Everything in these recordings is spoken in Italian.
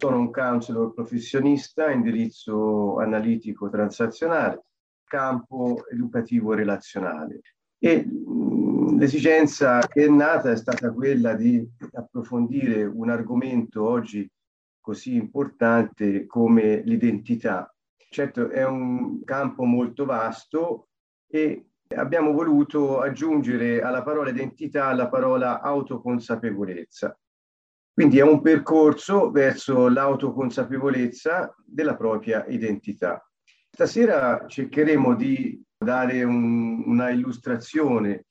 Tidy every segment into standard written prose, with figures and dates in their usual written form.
Sono un counselor professionista, indirizzo analitico transazionale, campo educativo relazionale. E l'esigenza che è nata è stata quella di approfondire un argomento oggi così importante come l'identità. Certo, è un campo molto vasto e abbiamo voluto aggiungere alla parola identità la parola autoconsapevolezza. Quindi è un percorso verso l'autoconsapevolezza della propria identità. Stasera cercheremo di dare una illustrazione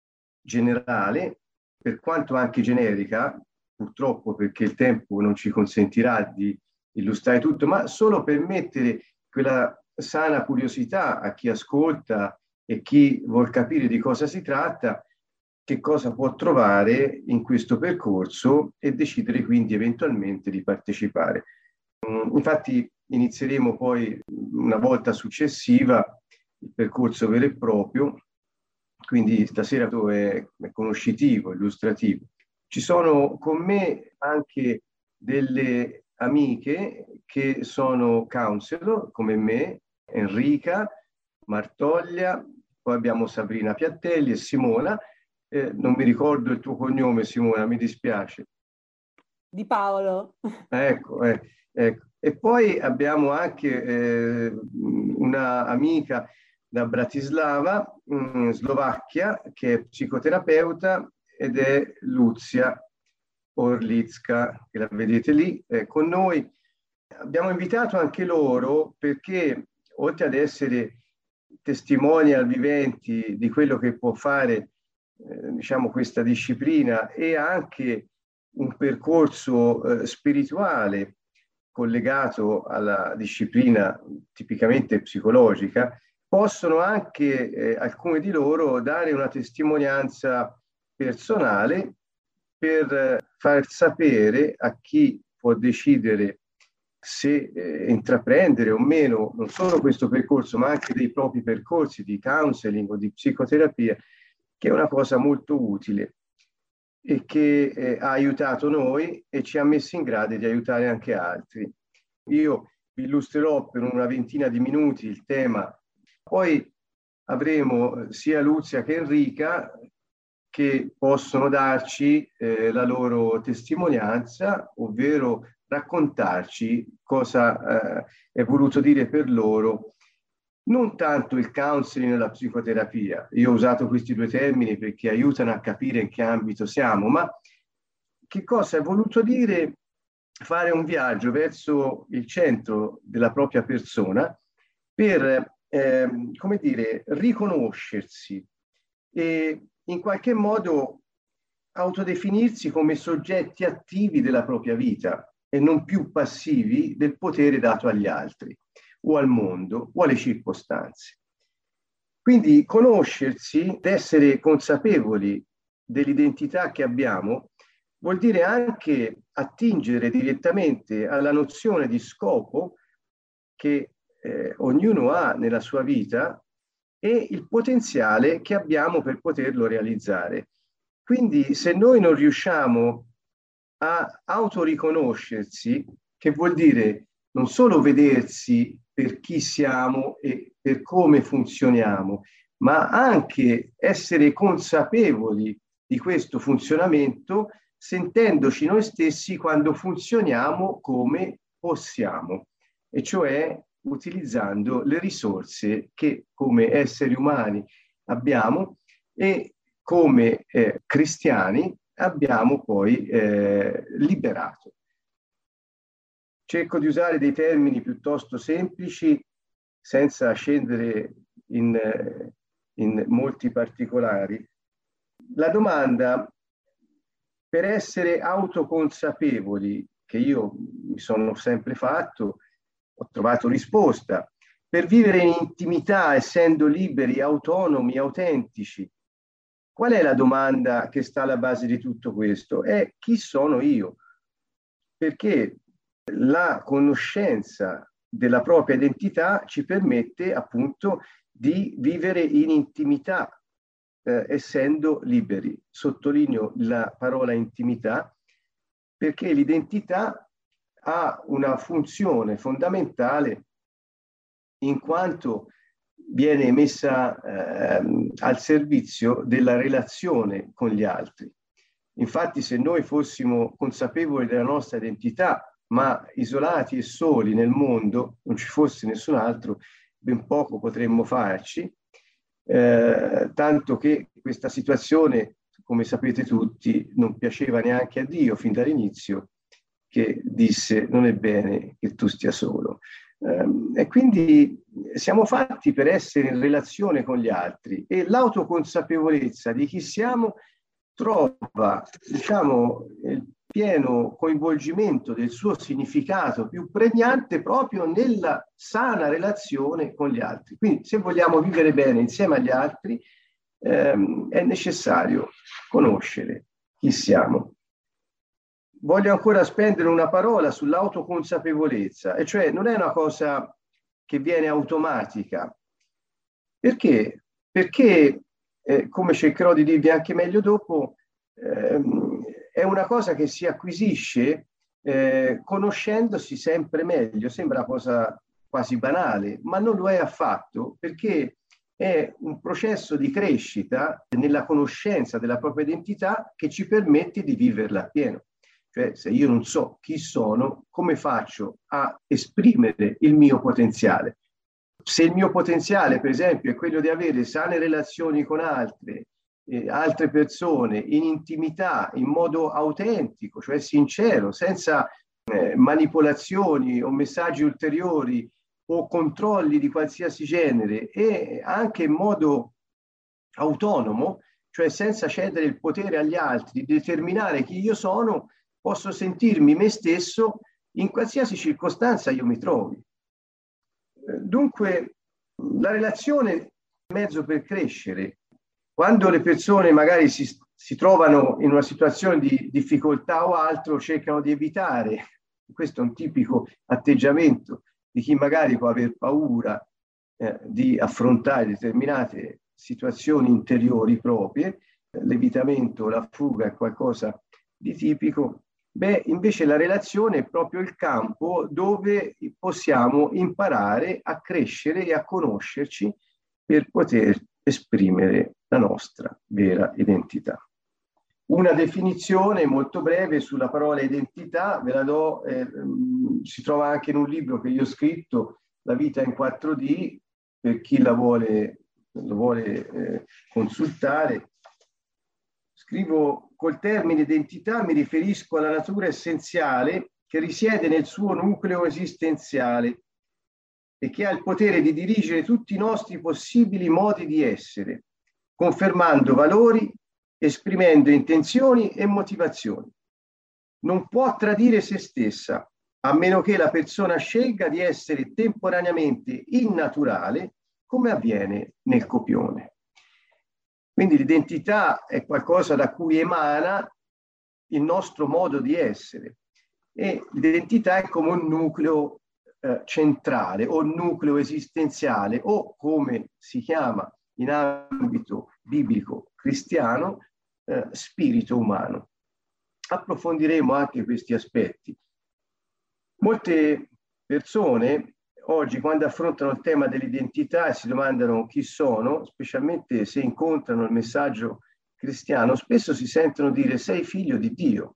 generale, per quanto anche generica, purtroppo perché il tempo non ci consentirà di illustrare tutto, ma solo per mettere quella sana curiosità a chi ascolta e chi vuol capire di cosa si tratta, che cosa può trovare in questo percorso e decidere quindi eventualmente di partecipare. Infatti inizieremo poi una volta successiva il percorso vero e proprio, quindi stasera è conoscitivo, illustrativo. Ci sono con me anche delle amiche che sono counselor come me, Enrica, Martoglia, poi abbiamo Sabrina Piattelli e Simona. Non mi ricordo il tuo cognome, Simona, mi dispiace. Di Paolo. Ecco. E poi abbiamo anche una amica da Bratislava, Slovacchia, che è psicoterapeuta ed è Luzia Orlicka, che la vedete lì con noi. Abbiamo invitato anche loro perché, oltre ad essere testimonial viventi di quello che può fare diciamo questa disciplina e anche un percorso spirituale collegato alla disciplina tipicamente psicologica, possono anche alcuni di loro dare una testimonianza personale per far sapere a chi può decidere se intraprendere o meno non solo questo percorso, ma anche dei propri percorsi di counseling o di psicoterapia, che è una cosa molto utile e che ha aiutato noi e ci ha messo in grado di aiutare anche altri. Io vi illustrerò per una ventina di minuti il tema, poi avremo sia Luzia che Enrica che possono darci la loro testimonianza, ovvero raccontarci cosa è voluto dire per loro non tanto il counseling e la psicoterapia. Io ho usato questi due termini perché aiutano a capire in che ambito siamo, ma che cosa è voluto dire fare un viaggio verso il centro della propria persona per, come dire, riconoscersi e in qualche modo autodefinirsi come soggetti attivi della propria vita e non più passivi del potere dato agli altri o al mondo o alle circostanze. Quindi conoscersi, essere consapevoli dell'identità che abbiamo, vuol dire anche attingere direttamente alla nozione di scopo che ognuno ha nella sua vita e il potenziale che abbiamo per poterlo realizzare. Quindi se noi non riusciamo a autoriconoscersi, che vuol dire non solo vedersi per chi siamo e per come funzioniamo, ma anche essere consapevoli di questo funzionamento, sentendoci noi stessi quando funzioniamo come possiamo, e cioè utilizzando le risorse che come esseri umani abbiamo e come cristiani abbiamo poi liberato. Cerco di usare dei termini piuttosto semplici senza scendere in molti particolari. La domanda per essere autoconsapevoli, che io mi sono sempre fatto, ho trovato risposta. Per vivere in intimità, essendo liberi, autonomi, autentici, qual è la domanda che sta alla base di tutto questo? È chi sono io? Perché la conoscenza della propria identità ci permette appunto di vivere in intimità, essendo liberi. Sottolineo la parola intimità perché l'identità ha una funzione fondamentale in quanto viene messa al servizio della relazione con gli altri. Infatti, se noi fossimo consapevoli della nostra identità, ma isolati e soli nel mondo, non ci fosse nessun altro, ben poco potremmo farci, tanto che questa situazione, come sapete tutti, non piaceva neanche a Dio fin dall'inizio, che disse: non è bene che tu stia solo. E quindi siamo fatti per essere in relazione con gli altri, e l'autoconsapevolezza di chi siamo trova, diciamo, il pieno coinvolgimento del suo significato più pregnante proprio nella sana relazione con gli altri. Quindi, se vogliamo vivere bene insieme agli altri, è necessario conoscere chi siamo. Voglio ancora spendere una parola sull'autoconsapevolezza, e cioè non è una cosa che viene automatica. Perché? Perché, come cercherò di dirvi anche meglio dopo, è una cosa che si acquisisce conoscendosi sempre meglio. Sembra una cosa quasi banale, ma non lo è affatto, perché è un processo di crescita nella conoscenza della propria identità che ci permette di viverla appieno. Cioè, se io non so chi sono, come faccio a esprimere il mio potenziale? Se il mio potenziale, per esempio, è quello di avere sane relazioni con altre persone, in intimità, in modo autentico, cioè sincero, senza manipolazioni o messaggi ulteriori o controlli di qualsiasi genere, e anche in modo autonomo, cioè senza cedere il potere agli altri di determinare chi io sono, posso sentirmi me stesso in qualsiasi circostanza io mi trovi. Dunque, la relazione è un mezzo per crescere. Quando le persone magari si trovano in una situazione di difficoltà o altro, cercano di evitare. Questo è un tipico atteggiamento di chi magari può aver paura di affrontare determinate situazioni interiori proprie. L'evitamento, la fuga è qualcosa di tipico. Beh, invece la relazione è proprio il campo dove possiamo imparare a crescere e a conoscerci per poter esprimere la nostra vera identità. Una definizione molto breve sulla parola identità ve la do, si trova anche in un libro che io ho scritto, La vita in 4D, per chi lo vuole consultare. Scrivo: col termine identità mi riferisco alla natura essenziale che risiede nel suo nucleo esistenziale e che ha il potere di dirigere tutti i nostri possibili modi di essere, confermando valori, esprimendo intenzioni e motivazioni. Non può tradire se stessa, a meno che la persona scelga di essere temporaneamente innaturale, come avviene nel copione. Quindi l'identità è qualcosa da cui emana il nostro modo di essere, e l'identità è come un nucleo centrale o nucleo esistenziale, o come si chiama in ambito biblico cristiano, spirito umano. Approfondiremo anche questi aspetti. Molte persone oggi, quando affrontano il tema dell'identità e si domandano chi sono, specialmente se incontrano il messaggio cristiano, spesso si sentono dire: sei figlio di Dio.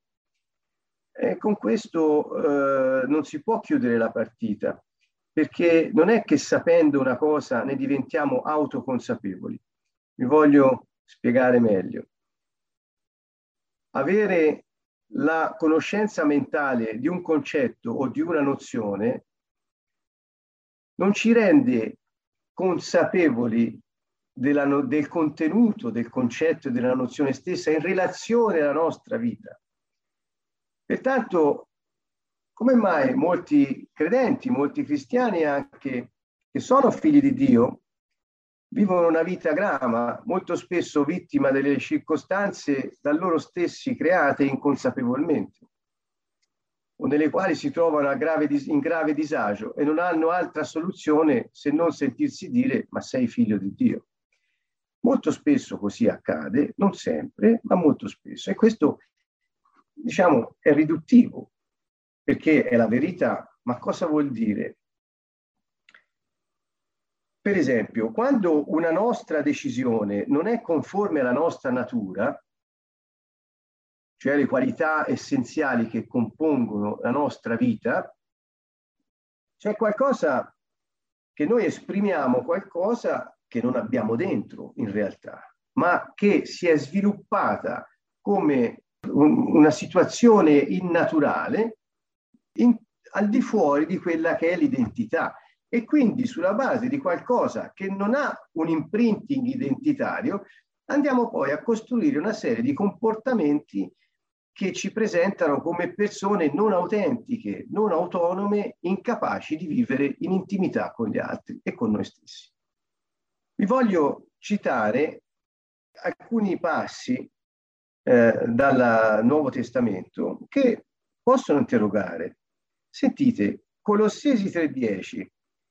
E con questo non si può chiudere la partita, perché non è che sapendo una cosa ne diventiamo autoconsapevoli. Vi voglio spiegare meglio. Avere la conoscenza mentale di un concetto o di una nozione non ci rende consapevoli del contenuto del concetto e della nozione stessa in relazione alla nostra vita. Pertanto, come mai molti credenti, molti cristiani anche, che sono figli di Dio, vivono una vita grama, molto spesso vittima delle circostanze da loro stessi create inconsapevolmente, o nelle quali si trovano in grave disagio e non hanno altra soluzione se non sentirsi dire: ma sei figlio di Dio. Molto spesso così accade, non sempre, ma molto spesso. E questo, diciamo, è riduttivo perché è la verità. Ma cosa vuol dire? Per esempio, quando una nostra decisione non è conforme alla nostra natura, cioè le qualità essenziali che compongono la nostra vita, c'è qualcosa che noi esprimiamo, qualcosa che non abbiamo dentro in realtà, ma che si è sviluppata come una situazione innaturale al di fuori di quella che è l'identità. E quindi sulla base di qualcosa che non ha un imprinting identitario, andiamo poi a costruire una serie di comportamenti che ci presentano come persone non autentiche, non autonome, incapaci di vivere in intimità con gli altri e con noi stessi. Vi voglio citare alcuni passi dal Nuovo Testamento che possono interrogare. Sentite, Colossesi 3,10.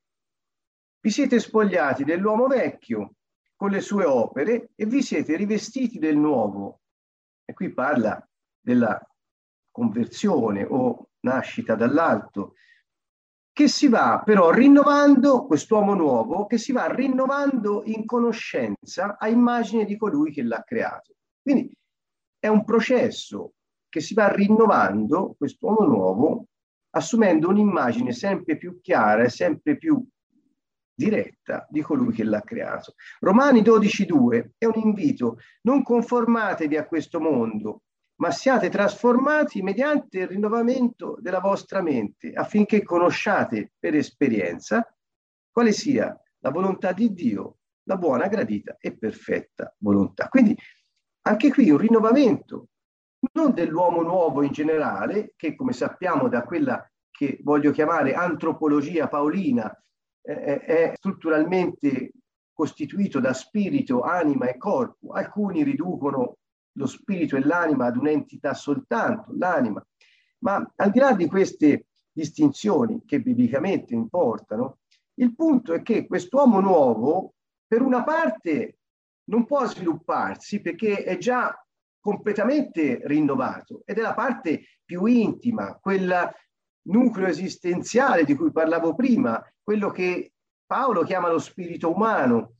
Vi siete spogliati dell'uomo vecchio con le sue opere e vi siete rivestiti del nuovo. E qui parla della conversione o nascita dall'alto, che si va però rinnovando, quest'uomo nuovo, che si va rinnovando in conoscenza a immagine di colui che l'ha creato. Quindi è un processo che si va rinnovando, quest'uomo nuovo, assumendo un'immagine sempre più chiara e sempre più diretta di colui che l'ha creato. Romani 12,2 è un invito: non conformatevi a questo mondo, ma siate trasformati mediante il rinnovamento della vostra mente, affinché conosciate per esperienza quale sia la volontà di Dio, la buona, gradita e perfetta volontà. Quindi anche qui un rinnovamento, non dell'uomo nuovo in generale, che come sappiamo da quella che voglio chiamare antropologia paolina, è strutturalmente costituito da spirito, anima e corpo. Alcuni riducono lo spirito e l'anima ad un'entità soltanto, l'anima. Ma al di là di queste distinzioni che biblicamente importano, il punto è che quest'uomo nuovo, per una parte, non può svilupparsi perché è già completamente rinnovato ed è la parte più intima, quel nucleo esistenziale di cui parlavo prima, quello che Paolo chiama lo spirito umano.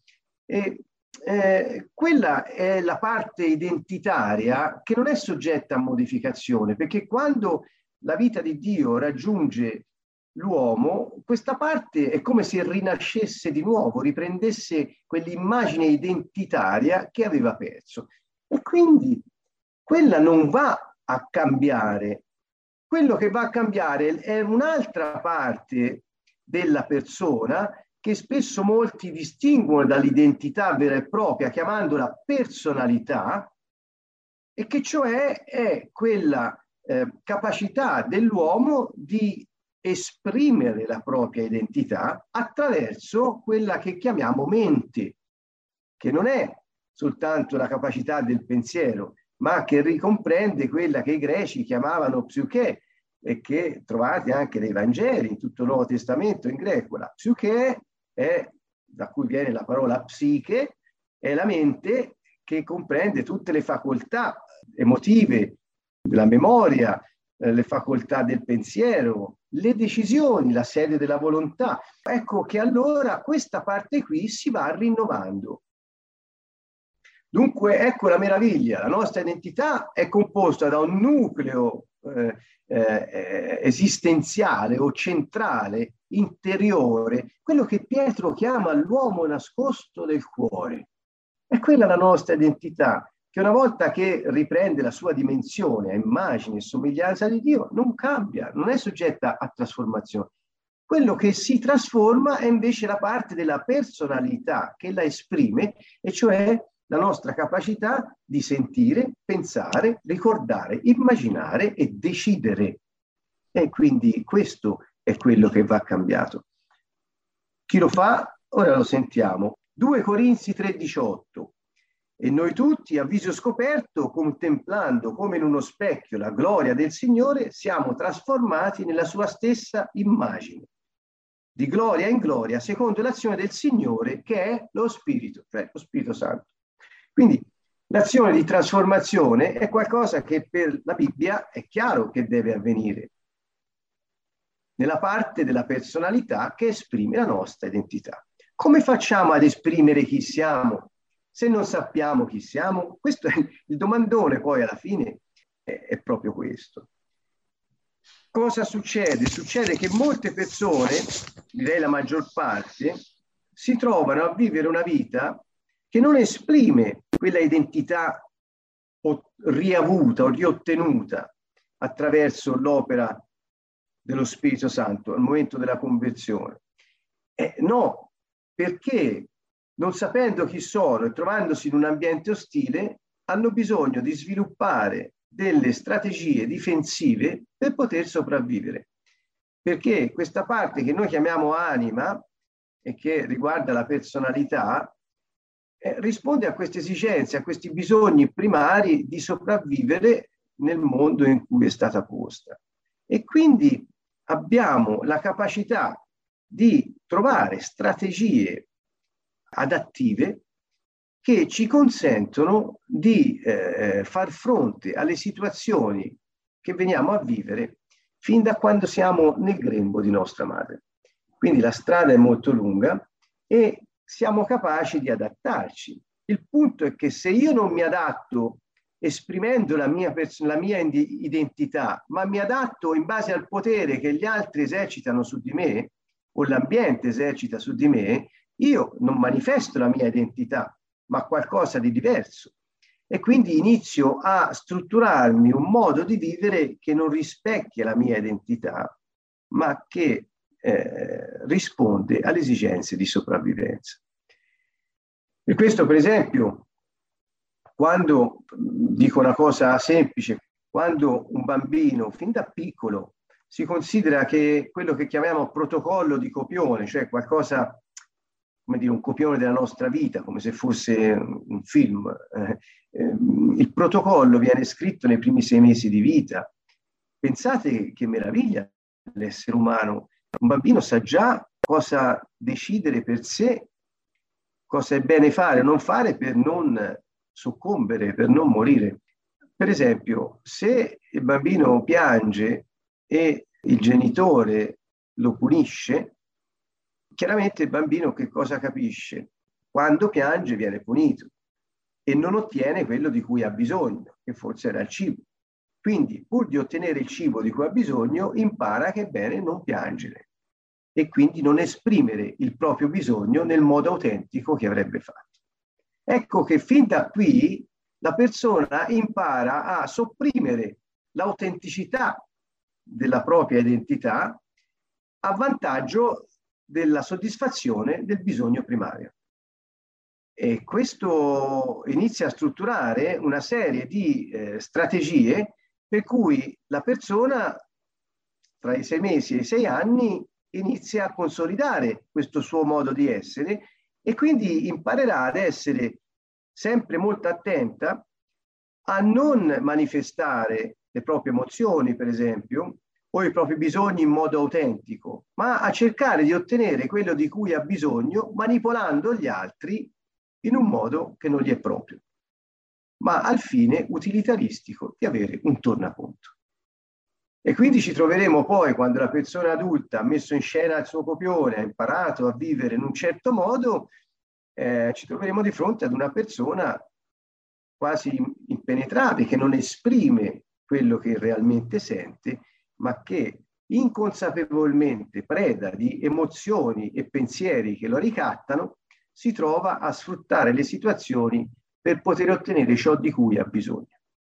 Quella è la parte identitaria che non è soggetta a modificazione, perché quando la vita di Dio raggiunge l'uomo, questa parte è come se rinascesse di nuovo, riprendesse quell'immagine identitaria che aveva perso. E quindi quella non va a cambiare. Quello che va a cambiare è un'altra parte della persona che spesso molti distinguono dall'identità vera e propria, chiamandola personalità, e che cioè è quella capacità dell'uomo di esprimere la propria identità attraverso quella che chiamiamo mente, che non è soltanto la capacità del pensiero, ma che ricomprende quella che i greci chiamavano psiche, e che trovate anche nei Vangeli, in tutto il Nuovo Testamento in greco. La psiche è, da cui viene la parola psiche, è la mente che comprende tutte le facoltà emotive, della memoria, le facoltà del pensiero, le decisioni, la sede della volontà. Ecco che allora questa parte qui si va rinnovando. Dunque ecco la meraviglia, la nostra identità è composta da un nucleo esistenziale o centrale, interiore, quello che Pietro chiama l'uomo nascosto del cuore. È quella la nostra identità, che una volta che riprende la sua dimensione, a immagine e somiglianza di Dio, non cambia, non è soggetta a trasformazione. Quello che si trasforma è invece la parte della personalità che la esprime, e cioè la nostra capacità di sentire, pensare, ricordare, immaginare e decidere. E quindi questo è quello che va cambiato. Chi lo fa? Ora lo sentiamo. 2 Corinzi 3,18. E noi tutti, a viso scoperto, contemplando come in uno specchio la gloria del Signore, siamo trasformati nella sua stessa immagine, di gloria in gloria, secondo l'azione del Signore, che è lo Spirito, cioè lo Spirito Santo. Quindi l'azione di trasformazione è qualcosa che per la Bibbia è chiaro che deve avvenire. nella parte della personalità che esprime la nostra identità. Come facciamo ad esprimere chi siamo se non sappiamo chi siamo? Questo è il domandone, poi alla fine è proprio questo. Cosa succede? Succede che molte persone, direi la maggior parte, si trovano a vivere una vita che non esprime quella identità riavuta o riottenuta attraverso l'opera dello Spirito Santo al momento della conversione. No, perché non sapendo chi sono e trovandosi in un ambiente ostile, hanno bisogno di sviluppare delle strategie difensive per poter sopravvivere. Perché questa parte che noi chiamiamo anima e che riguarda la personalità, risponde a queste esigenze, a questi bisogni primari di sopravvivere nel mondo in cui è stata posta. E quindi abbiamo la capacità di trovare strategie adattive che ci consentono di far fronte alle situazioni che veniamo a vivere fin da quando siamo nel grembo di nostra madre. Quindi la strada è molto lunga e siamo capaci di adattarci. Il punto è che se io non mi adatto esprimendo la mia identità, ma mi adatto in base al potere che gli altri esercitano su di me o l'ambiente esercita su di me, io non manifesto la mia identità, ma qualcosa di diverso. E quindi inizio a strutturarmi un modo di vivere che non rispecchia la mia identità, ma che risponde alle esigenze di sopravvivenza. Per questo, per esempio, quando dico una cosa semplice, quando un bambino fin da piccolo si considera che quello che chiamiamo protocollo di copione, cioè qualcosa, come dire, un copione della nostra vita, come se fosse un film, il protocollo viene scritto nei primi 6 mesi di vita. Pensate che meraviglia l'essere umano. Un bambino sa già cosa decidere per sé, cosa è bene fare o non fare per non soccombere, per non morire. Per esempio, se il bambino piange e il genitore lo punisce, chiaramente il bambino che cosa capisce? Quando piange viene punito e non ottiene quello di cui ha bisogno, che forse era il cibo. Quindi, pur di ottenere il cibo di cui ha bisogno, impara che è bene non piangere e quindi non esprimere il proprio bisogno nel modo autentico che avrebbe fatto. Ecco che fin da qui la persona impara a sopprimere l'autenticità della propria identità a vantaggio della soddisfazione del bisogno primario. E questo inizia a strutturare una serie di strategie per cui la persona tra i 6 mesi e i 6 anni inizia a consolidare questo suo modo di essere e quindi imparerà ad essere sempre molto attenta a non manifestare le proprie emozioni, per esempio, o i propri bisogni in modo autentico, ma a cercare di ottenere quello di cui ha bisogno manipolando gli altri in un modo che non gli è proprio, ma al fine utilitaristico di avere un tornaconto. E quindi ci troveremo poi, quando la persona adulta ha messo in scena il suo copione, ha imparato a vivere in un certo modo, ci troveremo di fronte ad una persona quasi impenetrabile, che non esprime quello che realmente sente, ma che inconsapevolmente, preda di emozioni e pensieri che lo ricattano, si trova a sfruttare le situazioni per poter ottenere ciò di cui ha bisogno.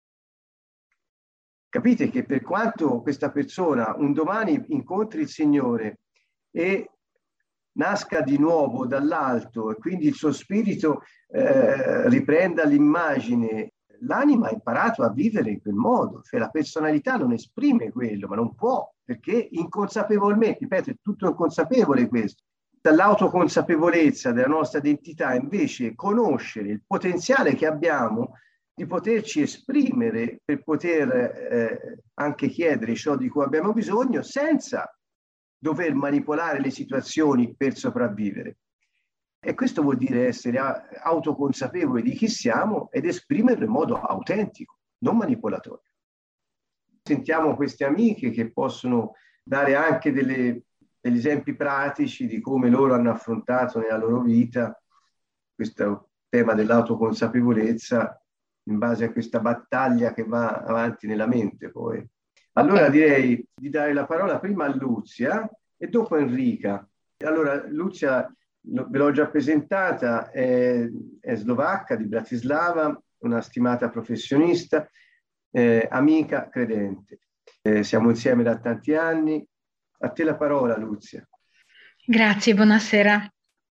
Capite che per quanto questa persona un domani incontri il Signore e nasca di nuovo dall'alto e quindi il suo spirito riprenda l'immagine, l'anima ha imparato a vivere in quel modo, cioè la personalità non esprime quello, ma non può, perché inconsapevolmente, ripeto, è tutto inconsapevole questo. Dall'autoconsapevolezza della nostra identità invece conoscere il potenziale che abbiamo di poterci esprimere per poter anche chiedere ciò di cui abbiamo bisogno senza dover manipolare le situazioni per sopravvivere. E questo vuol dire essere autoconsapevoli di chi siamo ed esprimerlo in modo autentico, non manipolatorio. Sentiamo queste amiche che possono dare anche degli esempi pratici di come loro hanno affrontato nella loro vita questo tema dell'autoconsapevolezza in base a questa battaglia che va avanti nella mente poi. Allora direi di dare la parola prima a Luzia e dopo a Enrica. Allora, Luzia, ve l'ho già presentata, è slovacca di Bratislava, una stimata professionista, amica, credente. Siamo insieme da tanti anni. A te la parola, Luzia. Grazie, buonasera.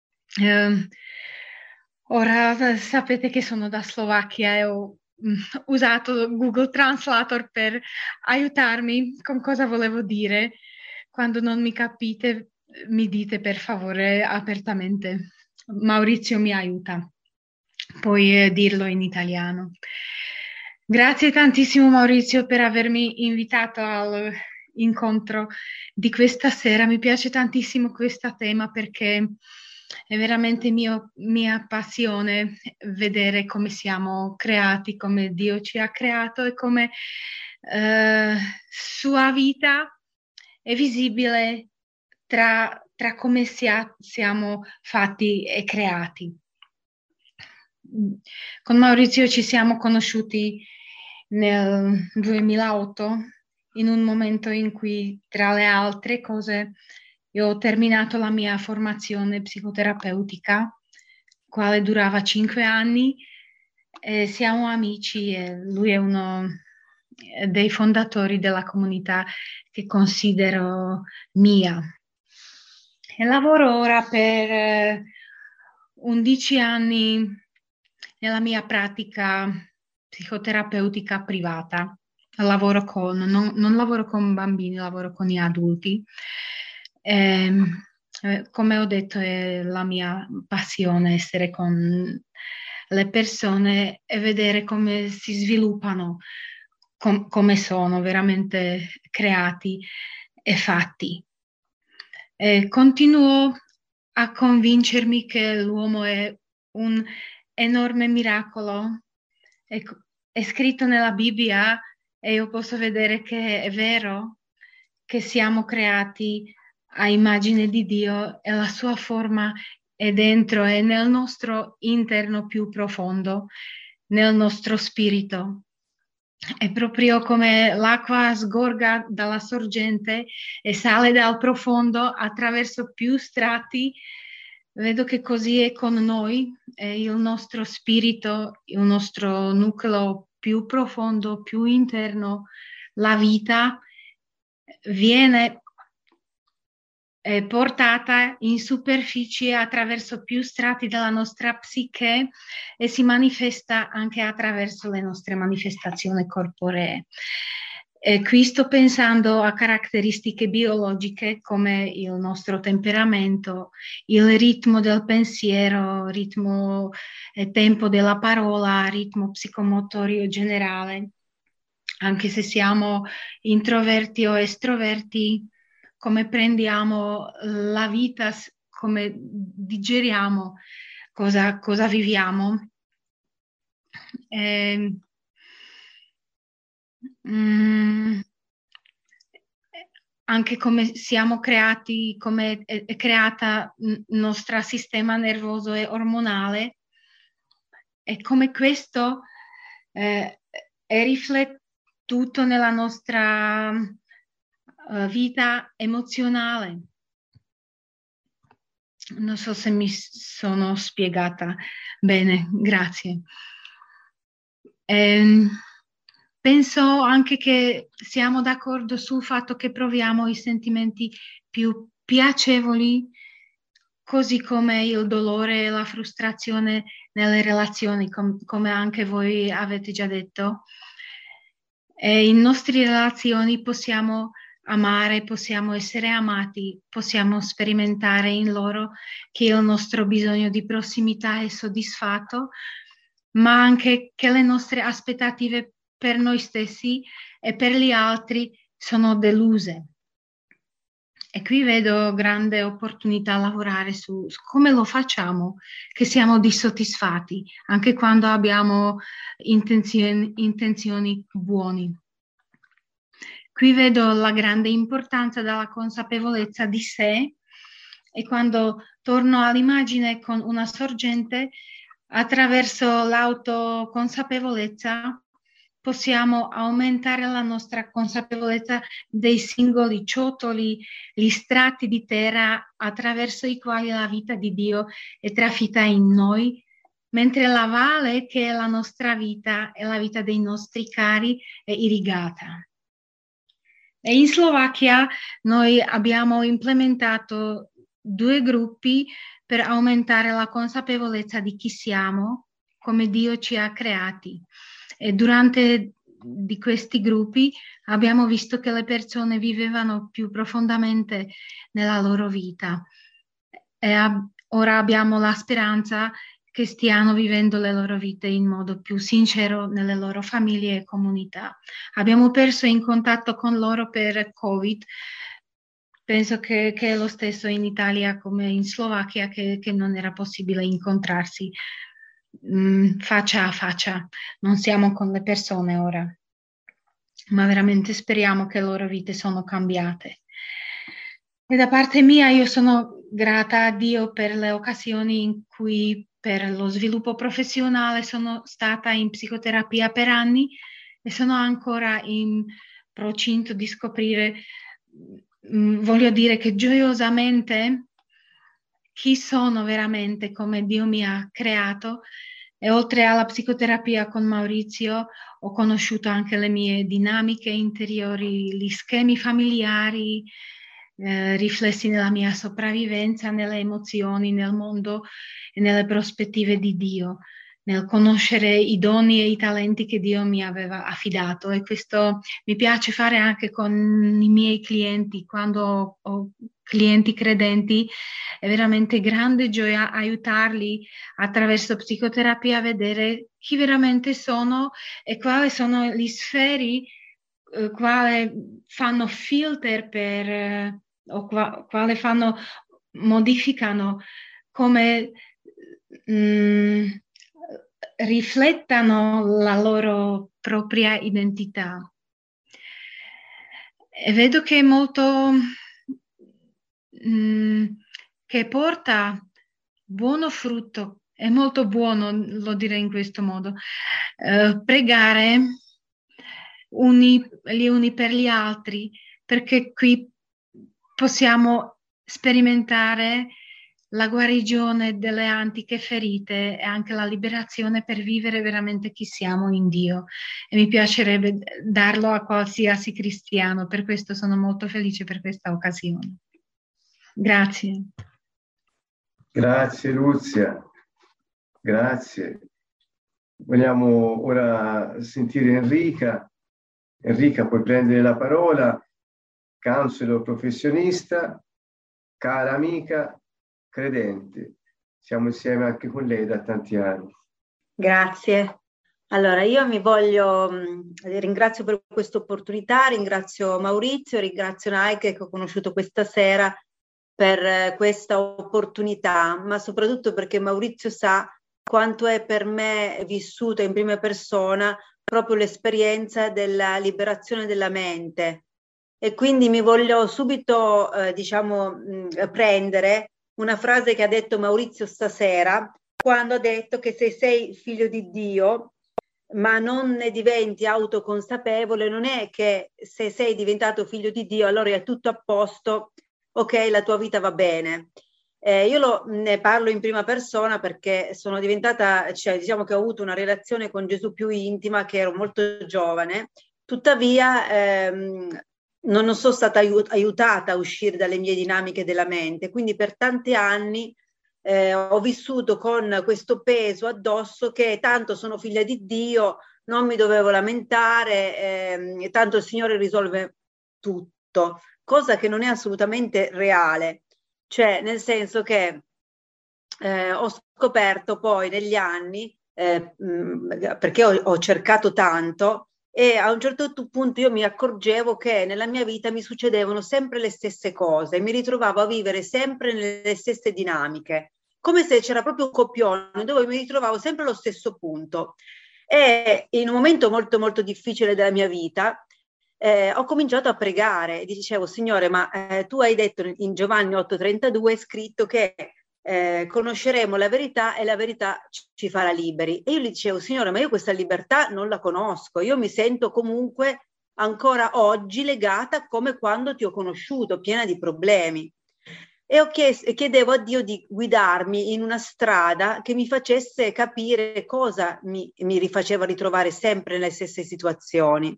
Ora sapete che sono da Slovacchia e ho usato Google Translator per aiutarmi con cosa volevo dire. Quando non mi capite, mi dite per favore apertamente. Maurizio mi aiuta. Puoi dirlo in italiano. Grazie tantissimo Maurizio per avermi invitato all'incontro di questa sera. Mi piace tantissimo questo tema perché è veramente mia passione vedere come siamo creati, come Dio ci ha creato e come sua vita è visibile tra come siamo fatti e creati. Con Maurizio ci siamo conosciuti nel 2008, in un momento in cui, tra le altre cose, io ho terminato la mia formazione psicoterapeutica, quale durava 5 anni, e siamo amici e lui è uno dei fondatori della comunità che considero mia. E lavoro ora per 11 anni nella mia pratica psicoterapeutica privata. Non lavoro con bambini, lavoro con gli adulti. Come ho detto, è la mia passione essere con le persone e vedere come si sviluppano, come sono veramente creati e fatti. Continuo a convincermi che l'uomo è un enorme miracolo. È scritto nella Bibbia e io posso vedere che è vero che siamo creati a immagine di Dio e la sua forma è dentro e nel nostro interno più profondo, nel nostro spirito. È proprio come l'acqua sgorga dalla sorgente e sale dal profondo attraverso più strati. Vedo che così è con noi, e il nostro spirito, il nostro nucleo più profondo, più interno, la vita viene portata in superficie attraverso più strati della nostra psiche e si manifesta anche attraverso le nostre manifestazioni corporee. Qui sto pensando a caratteristiche biologiche come il nostro temperamento, il ritmo del pensiero, ritmo e tempo della parola, ritmo psicomotorio generale. Anche se siamo introverti o estroverti, come prendiamo la vita, come digeriamo, cosa viviamo. Anche come siamo creati, come è creata il nostro sistema nervoso e ormonale, e come questo è riflettuto nella nostra vita emozionale. Non so se mi sono spiegata bene, grazie. Penso anche che siamo d'accordo sul fatto che proviamo i sentimenti più piacevoli, così come il dolore e la frustrazione nelle relazioni, come anche voi avete già detto. E in nostre relazioni possiamo amare, possiamo essere amati, possiamo sperimentare in loro che il nostro bisogno di prossimità è soddisfatto, ma anche che le nostre aspettative per noi stessi e per gli altri sono deluse. E qui vedo grande opportunità a lavorare su come lo facciamo, che siamo dissoddisfatti, anche quando abbiamo intenzioni buone. qui vedo la grande importanza della consapevolezza di sé, e quando torno all'immagine con una sorgente, attraverso l'autoconsapevolezza possiamo aumentare la nostra consapevolezza dei singoli ciottoli, gli strati di terra attraverso i quali la vita di Dio è trafita in noi, mentre la valle, che è la nostra vita e la vita dei nostri cari, è irrigata. E in Slovacchia noi abbiamo implementato 2 gruppi per aumentare la consapevolezza di chi siamo, come Dio ci ha creati. E durante di questi gruppi abbiamo visto che le persone vivevano più profondamente nella loro vita. E ora abbiamo la speranza che stiano vivendo le loro vite in modo più sincero nelle loro famiglie e comunità. Abbiamo perso in contatto con loro per Covid. Penso che è lo stesso in Italia come in Slovacchia, che non era possibile incontrarsi faccia a faccia. Non siamo con le persone ora, ma veramente speriamo che le loro vite sono cambiate. E da parte mia io sono grata a Dio per le occasioni in cui per lo sviluppo professionale sono stata in psicoterapia per anni e sono ancora in procinto di scoprire, voglio dire che gioiosamente, chi sono veramente come Dio mi ha creato. E oltre alla psicoterapia con Maurizio ho conosciuto anche le mie dinamiche interiori, gli schemi familiari, riflessi nella mia sopravvivenza, nelle emozioni, nel mondo e nelle prospettive di Dio, nel conoscere i doni e i talenti che Dio mi aveva affidato. E questo mi piace fare anche con i miei clienti. Quando ho clienti credenti è veramente grande gioia aiutarli attraverso psicoterapia a vedere chi veramente sono e quali sono gli sferi quale fanno filter per o quale fanno modificano, come riflettano la loro propria identità. E vedo che è molto che porta buono frutto, è molto buono, lo direi in questo modo, pregare gli uni per gli altri, perché qui possiamo sperimentare la guarigione delle antiche ferite e anche la liberazione per vivere veramente chi siamo in Dio. E mi piacerebbe darlo a qualsiasi cristiano, per questo sono molto felice per questa occasione. Grazie. Grazie Luzia, grazie. Vogliamo ora sentire Enrica. Enrica, puoi prendere la parola, counselor professionista, cara amica, credente. Siamo insieme anche con lei da tanti anni. Grazie. Allora, io ringrazio per questa opportunità, ringrazio Maurizio, ringrazio Nike che ho conosciuto questa sera per questa opportunità, ma soprattutto perché Maurizio sa quanto è per me vissuta in prima persona proprio l'esperienza della liberazione della mente. E quindi mi voglio subito, prendere una frase che ha detto Maurizio stasera, quando ha detto che se sei figlio di Dio, ma non ne diventi autoconsapevole, non è che se sei diventato figlio di Dio allora è tutto a posto, ok, la tua vita va bene. Io ne parlo in prima persona perché sono diventata, diciamo che ho avuto una relazione con Gesù più intima, che ero molto giovane, tuttavia non sono stata aiutata a uscire dalle mie dinamiche della mente, quindi per tanti anni ho vissuto con questo peso addosso che tanto sono figlia di Dio, non mi dovevo lamentare, tanto il Signore risolve tutto, cosa che non è assolutamente reale. Cioè, nel senso che ho scoperto poi negli anni, perché ho cercato tanto, e a un certo punto io mi accorgevo che nella mia vita mi succedevano sempre le stesse cose, mi ritrovavo a vivere sempre nelle stesse dinamiche, come se c'era proprio un copione dove mi ritrovavo sempre allo stesso punto. E in un momento molto molto difficile della mia vita, ho cominciato a pregare e dicevo: Signore, ma tu hai detto in Giovanni 8,32 è scritto che conosceremo la verità e la verità ci farà liberi. E io gli dicevo: Signore, ma io questa libertà non la conosco, io mi sento comunque ancora oggi legata come quando ti ho conosciuto, piena di problemi. E chiedevo a Dio di guidarmi in una strada che mi facesse capire cosa mi rifaceva ritrovare sempre nelle stesse situazioni.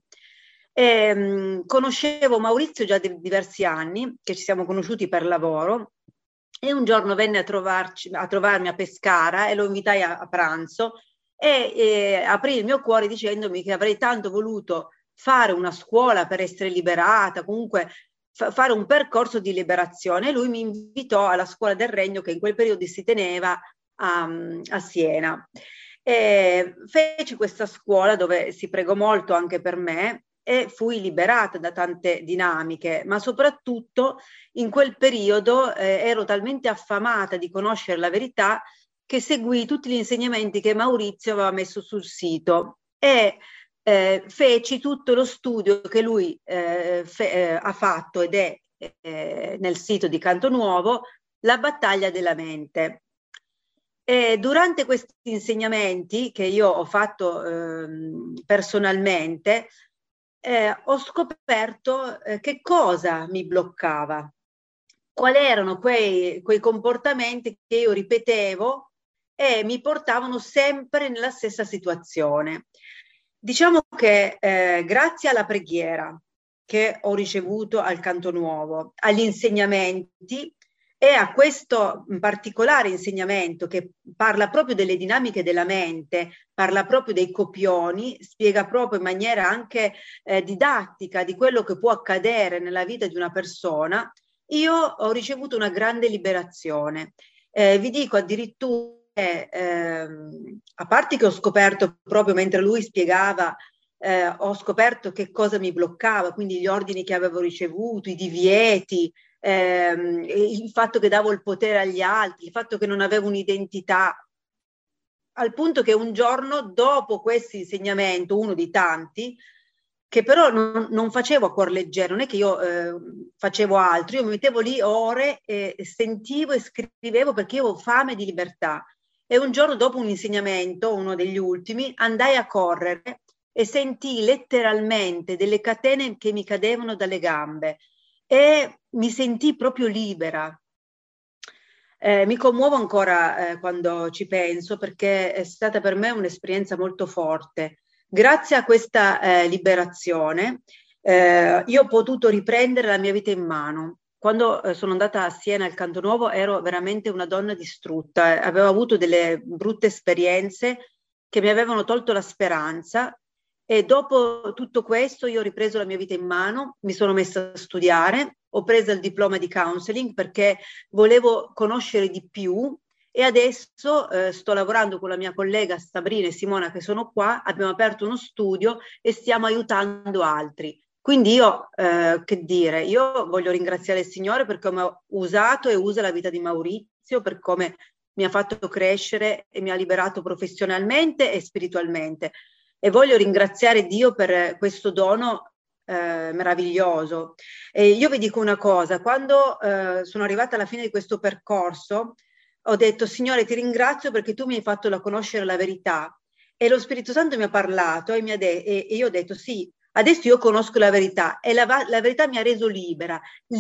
Conoscevo Maurizio già di diversi anni, che ci siamo conosciuti per lavoro, e un giorno venne a trovarmi a Pescara e lo invitai a pranzo e aprì il mio cuore dicendomi che avrei tanto voluto fare una scuola per essere liberata, comunque fare un percorso di liberazione. E lui mi invitò alla scuola del Regno che in quel periodo si teneva a Siena. Feci questa scuola dove si pregò molto anche per me e fui liberata da tante dinamiche, ma soprattutto in quel periodo ero talmente affamata di conoscere la verità che seguì tutti gli insegnamenti che Maurizio aveva messo sul sito e feci tutto lo studio che lui ha fatto ed è nel sito di Canto Nuovo, La battaglia della mente. E durante questi insegnamenti che io ho fatto personalmente, ho scoperto che cosa mi bloccava, quali erano quei comportamenti che io ripetevo e mi portavano sempre nella stessa situazione. Diciamo che grazie alla preghiera che ho ricevuto al Canto Nuovo, agli insegnamenti e a questo particolare insegnamento che parla proprio delle dinamiche della mente, parla proprio dei copioni, spiega proprio in maniera anche didattica di quello che può accadere nella vita di una persona, io ho ricevuto una grande liberazione. Vi dico addirittura, a parte che ho scoperto proprio mentre lui spiegava, ho scoperto che cosa mi bloccava, quindi gli ordini che avevo ricevuto, i divieti, il fatto che davo il potere agli altri, il fatto che non avevo un'identità, al punto che un giorno dopo questo insegnamento, uno di tanti, che però non facevo a cuor leggero, non è che io facevo altro, io mi mettevo lì ore e sentivo e scrivevo perché io avevo fame di libertà. E un giorno dopo un insegnamento, uno degli ultimi, andai a correre e sentii letteralmente delle catene che mi cadevano dalle gambe e mi sentii proprio libera. Mi commuovo ancora quando ci penso perché è stata per me un'esperienza molto forte. Grazie a questa liberazione io ho potuto riprendere la mia vita in mano. Quando sono andata a Siena al Canto Nuovo ero veramente una donna distrutta, avevo avuto delle brutte esperienze che mi avevano tolto la speranza e dopo tutto questo io ho ripreso la mia vita in mano, mi sono messa a studiare, ho preso il diploma di counseling perché volevo conoscere di più e adesso sto lavorando con la mia collega Sabrina e Simona che sono qua, abbiamo aperto uno studio e stiamo aiutando altri. Quindi io, che dire, io voglio ringraziare il Signore per come ho usato e usa la vita di Maurizio, per come mi ha fatto crescere e mi ha liberato professionalmente e spiritualmente. E voglio ringraziare Dio per questo dono meraviglioso. E io vi dico una cosa, quando sono arrivata alla fine di questo percorso, ho detto: Signore, ti ringrazio perché tu mi hai fatto conoscere la verità. E lo Spirito Santo mi ha parlato e io ho detto: sì, adesso io conosco la verità e la verità mi ha reso libera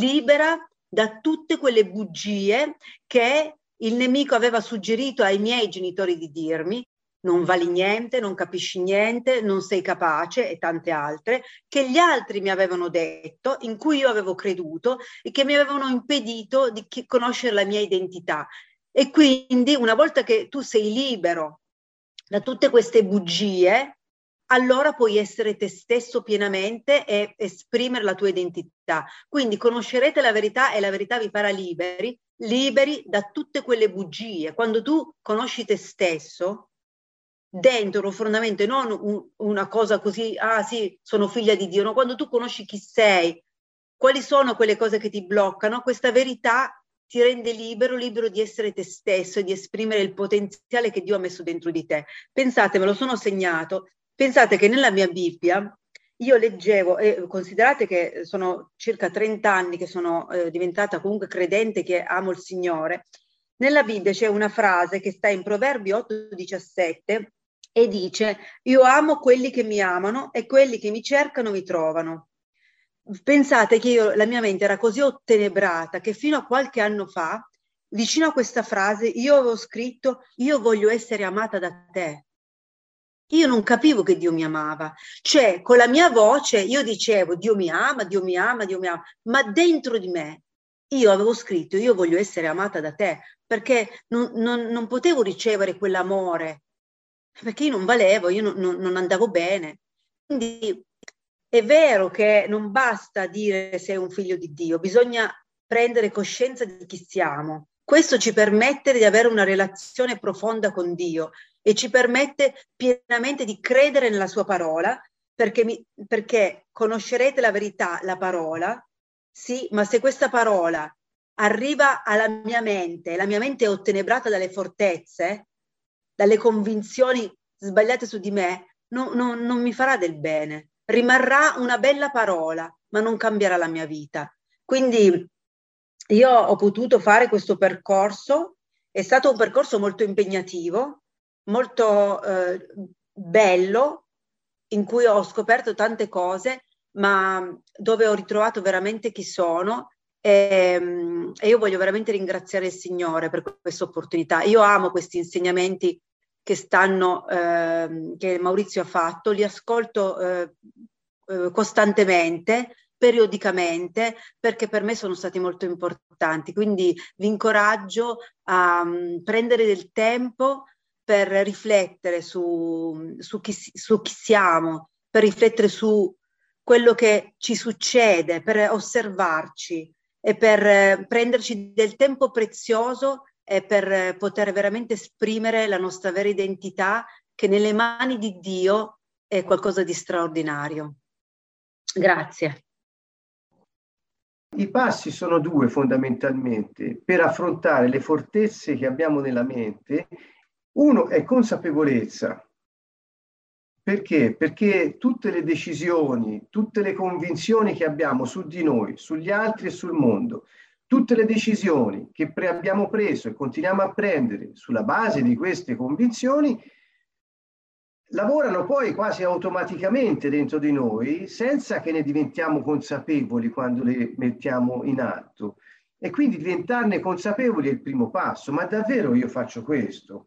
da tutte quelle bugie che il nemico aveva suggerito ai miei genitori di dirmi: non vali niente, non capisci niente, non sei capace e tante altre, che gli altri mi avevano detto, in cui io avevo creduto e che mi avevano impedito di conoscere la mia identità. E quindi una volta che tu sei libero da tutte queste bugie, allora puoi essere te stesso pienamente e esprimere la tua identità. Quindi conoscerete la verità e la verità vi farà liberi da tutte quelle bugie. Quando tu conosci te stesso, dentro profondamente, non una cosa così, ah sì, sono figlia di Dio, no, quando tu conosci chi sei, quali sono quelle cose che ti bloccano, questa verità ti rende libero di essere te stesso e di esprimere il potenziale che Dio ha messo dentro di te. Pensate, me lo sono segnato, pensate che nella mia Bibbia io leggevo, e considerate che sono circa 30 anni che sono diventata comunque credente, che amo il Signore, nella Bibbia c'è una frase che sta in Proverbi 8,17 e dice: io amo quelli che mi amano e quelli che mi cercano mi trovano. Pensate che la mia mente era così ottenebrata che fino a qualche anno fa, vicino a questa frase, io avevo scritto: io voglio essere amata da te. Io non capivo che Dio mi amava, cioè con la mia voce io dicevo Dio mi ama, Dio mi ama, Dio mi ama, ma dentro di me io avevo scritto io voglio essere amata da te, perché non potevo ricevere quell'amore, perché io non valevo, io non andavo bene. Quindi è vero che non basta dire sei un figlio di Dio, bisogna prendere coscienza di chi siamo. Questo ci permette di avere una relazione profonda con Dio e ci permette pienamente di credere nella sua parola, perché conoscerete la verità, la parola, sì, ma se questa parola arriva alla mia mente, la mia mente è ottenebrata dalle fortezze, dalle convinzioni sbagliate su di me, non mi farà del bene. Rimarrà una bella parola, ma non cambierà la mia vita. Quindi io ho potuto fare questo percorso, è stato un percorso molto impegnativo, molto bello, in cui ho scoperto tante cose, ma dove ho ritrovato veramente chi sono, e io voglio veramente ringraziare il Signore per questa opportunità. Io amo questi insegnamenti che Maurizio ha fatto, li ascolto costantemente, periodicamente, perché per me sono stati molto importanti. Quindi vi incoraggio a prendere del tempo per riflettere su chi siamo, per riflettere su quello che ci succede, per osservarci e per prenderci del tempo prezioso e per poter veramente esprimere la nostra vera identità, che nelle mani di Dio è qualcosa di straordinario. Grazie. I passi sono due fondamentalmente per affrontare le fortezze che abbiamo nella mente. Uno è consapevolezza. Perché? Perché tutte le decisioni, tutte le convinzioni che abbiamo su di noi, sugli altri e sul mondo, tutte le decisioni che abbiamo preso e continuiamo a prendere sulla base di queste convinzioni lavorano poi quasi automaticamente dentro di noi senza che ne diventiamo consapevoli quando le mettiamo in atto. E quindi diventarne consapevoli è il primo passo. Ma davvero io faccio questo?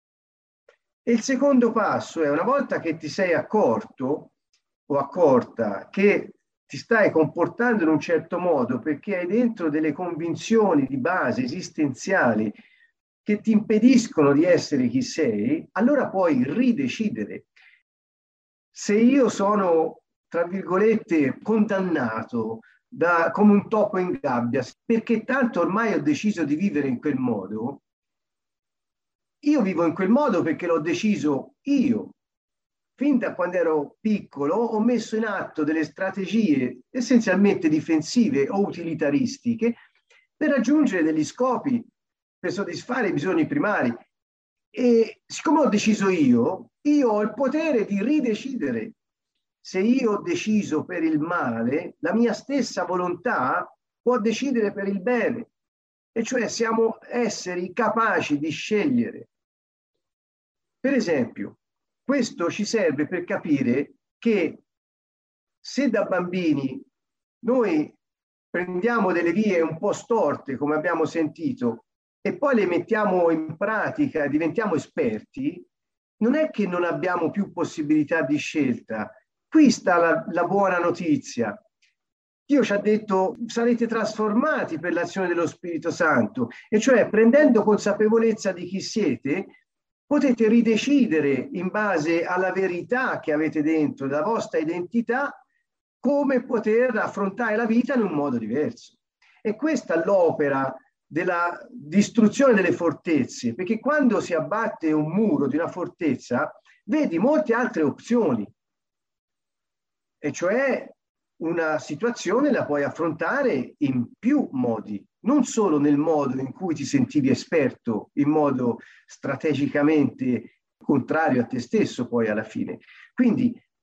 E il secondo passo è, una volta che ti sei accorto o accorta che ti stai comportando in un certo modo perché hai dentro delle convinzioni di base esistenziali che ti impediscono di essere chi sei, allora puoi ridecidere. Se io sono, tra virgolette, condannato come un topo in gabbia, perché tanto ormai ho deciso di vivere in quel modo, io vivo in quel modo perché l'ho deciso io. Fin da quando ero piccolo ho messo in atto delle strategie essenzialmente difensive o utilitaristiche per raggiungere degli scopi, per soddisfare i bisogni primari. E siccome ho deciso io ho il potere di ridecidere. Se io ho deciso per il male, la mia stessa volontà può decidere per il bene. E cioè siamo esseri capaci di scegliere. Per esempio, questo ci serve per capire che se da bambini noi prendiamo delle vie un po' storte, come abbiamo sentito, e poi le mettiamo in pratica e diventiamo esperti, non è che non abbiamo più possibilità di scelta. Qui sta la buona notizia. Dio ci ha detto sarete trasformati per l'azione dello Spirito Santo, e cioè prendendo consapevolezza di chi siete, potete ridecidere in base alla verità che avete dentro, la vostra identità, come poter affrontare la vita in un modo diverso. E questa è l'opera della distruzione delle fortezze, perché quando si abbatte un muro di una fortezza, vedi molte altre opzioni, e cioè una situazione la puoi affrontare in più modi, non solo nel modo in cui ti sentivi esperto, in modo strategicamente contrario a te stesso poi alla fine. Quindi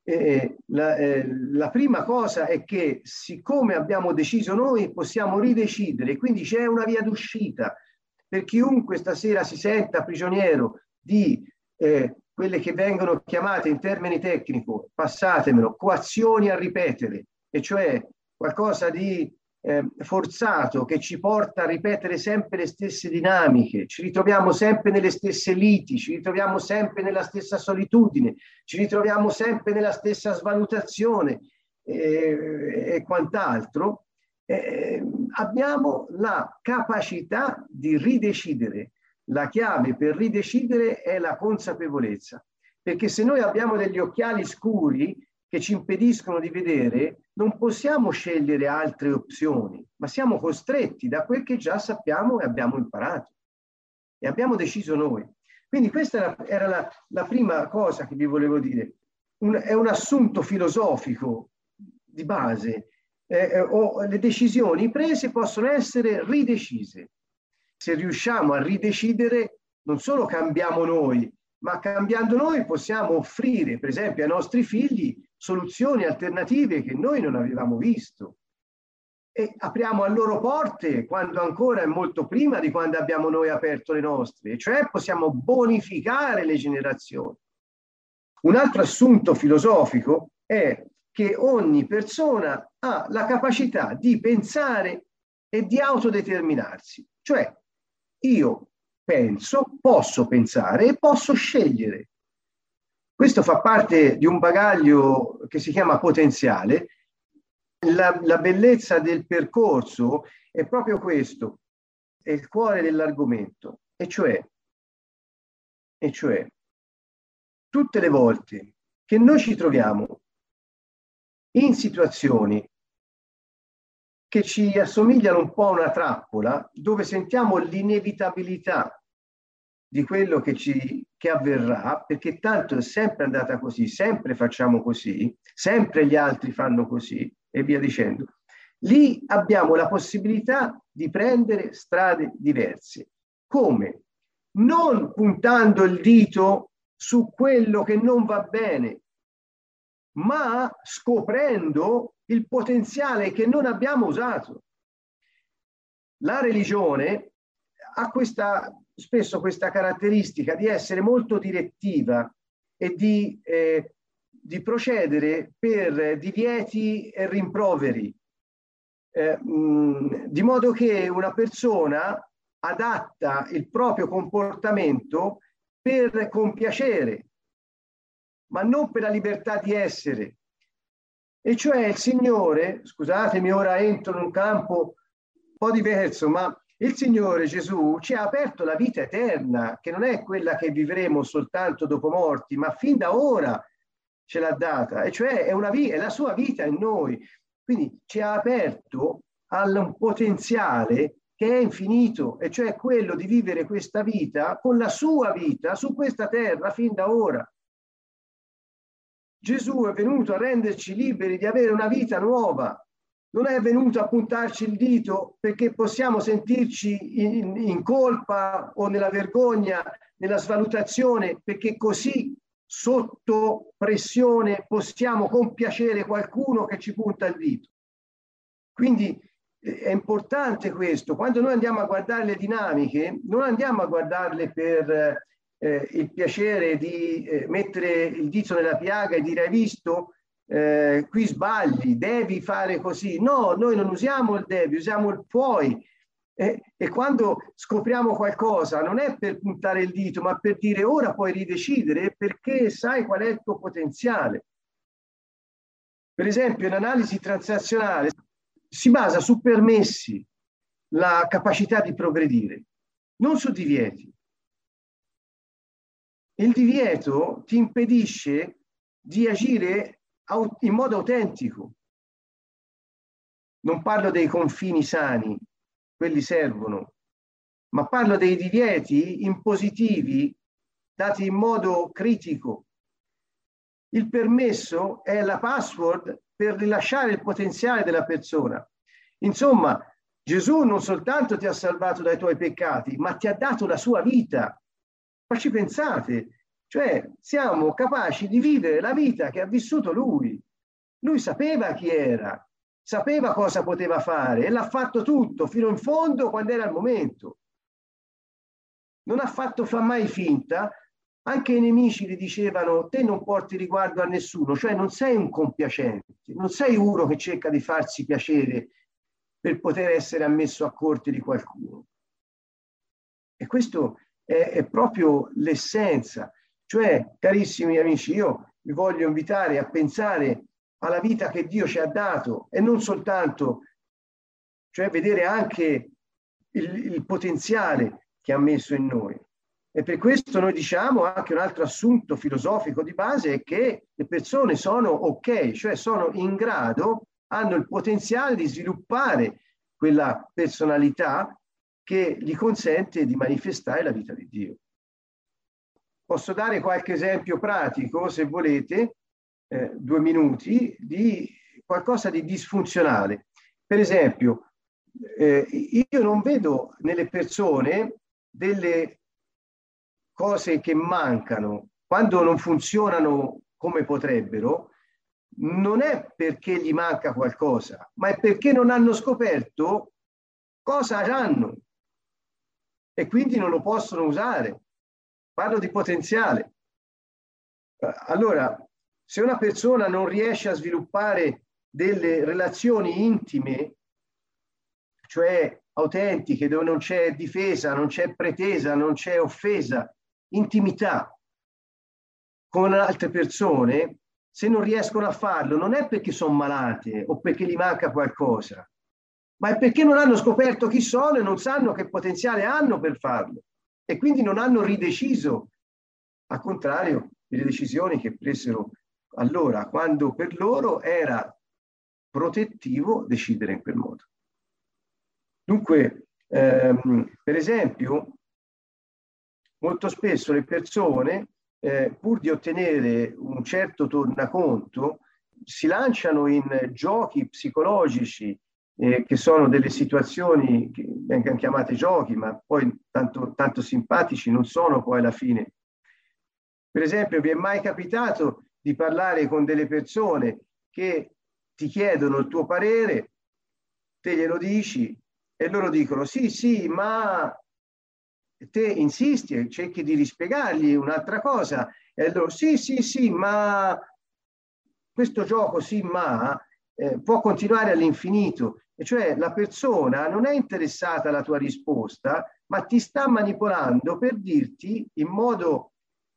La prima cosa è che, siccome abbiamo deciso noi, possiamo ridecidere, quindi c'è una via d'uscita per chiunque stasera si senta prigioniero di quelle che vengono chiamate in termini tecnico, passatemelo, coazioni a ripetere, e cioè qualcosa di forzato che ci porta a ripetere sempre le stesse dinamiche, ci ritroviamo sempre nelle stesse liti, ci ritroviamo sempre nella stessa solitudine, ci ritroviamo sempre nella stessa svalutazione e quant'altro. Abbiamo la capacità di ridecidere. La chiave per ridecidere è la consapevolezza, perché se noi abbiamo degli occhiali scuri che ci impediscono di vedere, non possiamo scegliere altre opzioni, ma siamo costretti da quel che già sappiamo e abbiamo imparato e abbiamo deciso noi. Quindi questa era la prima cosa che vi volevo dire. È un assunto filosofico di base. Le decisioni prese possono essere ridecise. Se riusciamo a ridecidere, non solo cambiamo noi, ma cambiando noi possiamo offrire, per esempio, ai nostri figli soluzioni alternative che noi non avevamo visto. E apriamo a loro porte quando ancora è molto prima di quando abbiamo noi aperto le nostre, cioè possiamo bonificare le generazioni. Un altro assunto filosofico è che ogni persona ha la capacità di pensare e di autodeterminarsi. Cioè, io penso, posso pensare e posso scegliere. Questo fa parte di un bagaglio che si chiama potenziale. La bellezza del percorso è proprio questo, è il cuore dell'argomento, e cioè tutte le volte che noi ci troviamo in situazioni che ci assomigliano un po' a una trappola, dove sentiamo l'inevitabilità di quello che avverrà, perché tanto è sempre andata così, sempre facciamo così, sempre gli altri fanno così, e via dicendo. Lì abbiamo la possibilità di prendere strade diverse. Come? Non puntando il dito su quello che non va bene, ma scoprendo il potenziale che non abbiamo usato. La religione ha spesso questa caratteristica di essere molto direttiva e di procedere per divieti e rimproveri, di modo che una persona adatta il proprio comportamento per compiacere, ma non per la libertà di essere. E cioè il Signore, scusatemi, ora entro in un campo un po' diverso, ma il Signore Gesù ci ha aperto la vita eterna, che non è quella che vivremo soltanto dopo morti, ma fin da ora ce l'ha data, e cioè è la sua vita in noi. Quindi ci ha aperto a un potenziale che è infinito, e cioè quello di vivere questa vita con la sua vita su questa terra fin da ora. Gesù è venuto a renderci liberi di avere una vita nuova, non è venuto a puntarci il dito perché possiamo sentirci in colpa o nella vergogna, nella svalutazione, perché così sotto pressione possiamo compiacere qualcuno che ci punta il dito. Quindi è importante questo. Quando noi andiamo a guardare le dinamiche, non andiamo a guardarle per il piacere di mettere il dito nella piaga e dire: hai visto, qui sbagli, devi fare così. No, noi non usiamo il devi, usiamo il puoi. E quando scopriamo qualcosa non è per puntare il dito, ma per dire: ora puoi ridecidere perché sai qual è il tuo potenziale. Per esempio, in analisi transazionale si basa su permessi la capacità di progredire, non su divieti. Il divieto ti impedisce di agire in modo autentico. Non parlo dei confini sani, quelli servono, ma parlo dei divieti impositivi dati in modo critico. Il permesso è la password per rilasciare il potenziale della persona. Insomma, Gesù non soltanto ti ha salvato dai tuoi peccati, ma ti ha dato la sua vita. Ma ci pensate, Cioè siamo capaci di vivere la vita che ha vissuto lui. Lui sapeva chi era, sapeva cosa poteva fare e l'ha fatto tutto fino in fondo quando era il momento. Non ha fatto mai finta. Anche i nemici gli dicevano: te non porti riguardo a nessuno, cioè non sei un compiacente, non sei uno che cerca di farsi piacere per poter essere ammesso a corte di qualcuno. E questo è proprio l'essenza. Cioè, carissimi amici, io vi voglio invitare a pensare alla vita che Dio ci ha dato e non soltanto, cioè vedere anche il potenziale che ha messo in noi. E per questo noi diciamo anche un altro assunto filosofico di base è che le persone sono ok, cioè sono in grado, hanno il potenziale di sviluppare quella personalità che gli consente di manifestare la vita di Dio. Posso dare qualche esempio pratico, se volete, 2 minuti, di qualcosa di disfunzionale. Per esempio, io non vedo nelle persone delle cose che mancano, quando non funzionano come potrebbero, non è perché gli manca qualcosa, ma è perché non hanno scoperto cosa hanno e quindi non lo possono usare. Parlo di potenziale. Allora, se una persona non riesce a sviluppare delle relazioni intime, cioè autentiche, dove non c'è difesa, non c'è pretesa, non c'è offesa, intimità con altre persone, se non riescono a farlo non è perché sono malate o perché gli manca qualcosa, ma è perché non hanno scoperto chi sono e non sanno che potenziale hanno per farlo e quindi non hanno rideciso, al contrario delle decisioni che presero allora, quando per loro era protettivo decidere in quel modo. Dunque, per esempio, molto spesso le persone, pur di ottenere un certo tornaconto, si lanciano in giochi psicologici che sono delle situazioni che vengono chiamate giochi, ma poi tanto simpatici non sono poi alla fine. Per esempio, vi è mai capitato di parlare con delle persone che ti chiedono il tuo parere, te glielo dici e loro dicono sì, ma te insisti e cerchi di rispiegargli un'altra cosa e loro sì, ma questo gioco sì, ma può continuare all'infinito. E cioè la persona non è interessata alla tua risposta, ma ti sta manipolando per dirti in modo